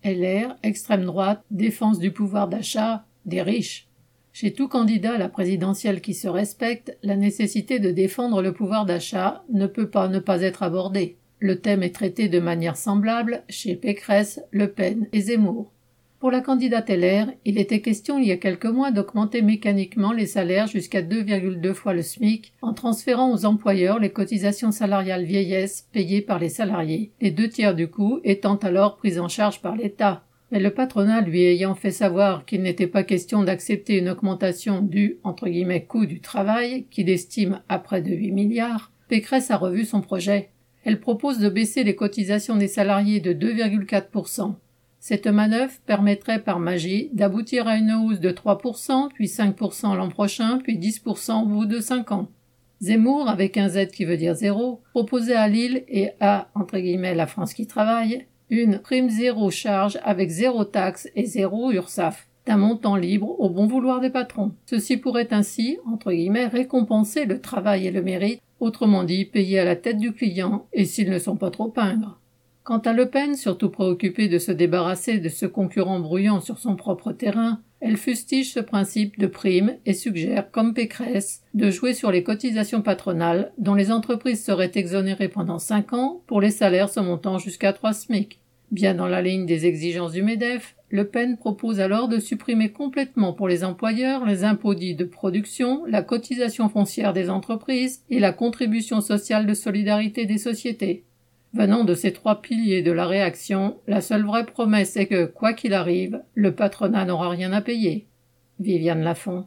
LR, extrême droite, défense du pouvoir d'achat, des riches. Chez tout candidat à la présidentielle qui se respecte, la nécessité de défendre le pouvoir d'achat ne peut pas ne pas être abordée. Le thème est traité de manière semblable chez Pécresse, Le Pen et Zemmour. Pour la candidate LR, il était question il y a quelques mois d'augmenter mécaniquement les salaires jusqu'à 2,2 fois le SMIC en transférant aux employeurs les cotisations salariales vieillesse payées par les salariés, les 2/3 du coût étant alors pris en charge par l'État. Mais le patronat lui ayant fait savoir qu'il n'était pas question d'accepter une augmentation du « coût du travail » qu'il estime à près de 8 milliards, Pécresse a revu son projet. Elle propose de baisser les cotisations des salariés de 2,4%. Cette manœuvre permettrait par magie d'aboutir à une hausse de 3%, puis 5% l'an prochain, puis 10% au bout de 5 ans. Zemmour, avec un Z qui veut dire zéro, proposait à Lille et à « la France qui travaille » une prime zéro charge avec zéro taxe et zéro URSSAF, d'un montant libre au bon vouloir des patrons. Ceci pourrait ainsi, récompenser le travail et le mérite, autrement dit payer à la tête du client, et s'ils ne sont pas trop pingres. Quant à Le Pen, surtout préoccupée de se débarrasser de ce concurrent bruyant sur son propre terrain, elle fustige ce principe de prime et suggère, comme Pécresse, de jouer sur les cotisations patronales dont les entreprises seraient exonérées pendant 5 ans pour les salaires se montant jusqu'à 3 SMIC. Bien dans la ligne des exigences du MEDEF, Le Pen propose alors de supprimer complètement pour les employeurs les impôts dits de production, la cotisation foncière des entreprises et la contribution sociale de solidarité des sociétés. Venant de ces 3 piliers de la réaction, la seule vraie promesse est que, quoi qu'il arrive, le patronat n'aura rien à payer. Viviane Lafont.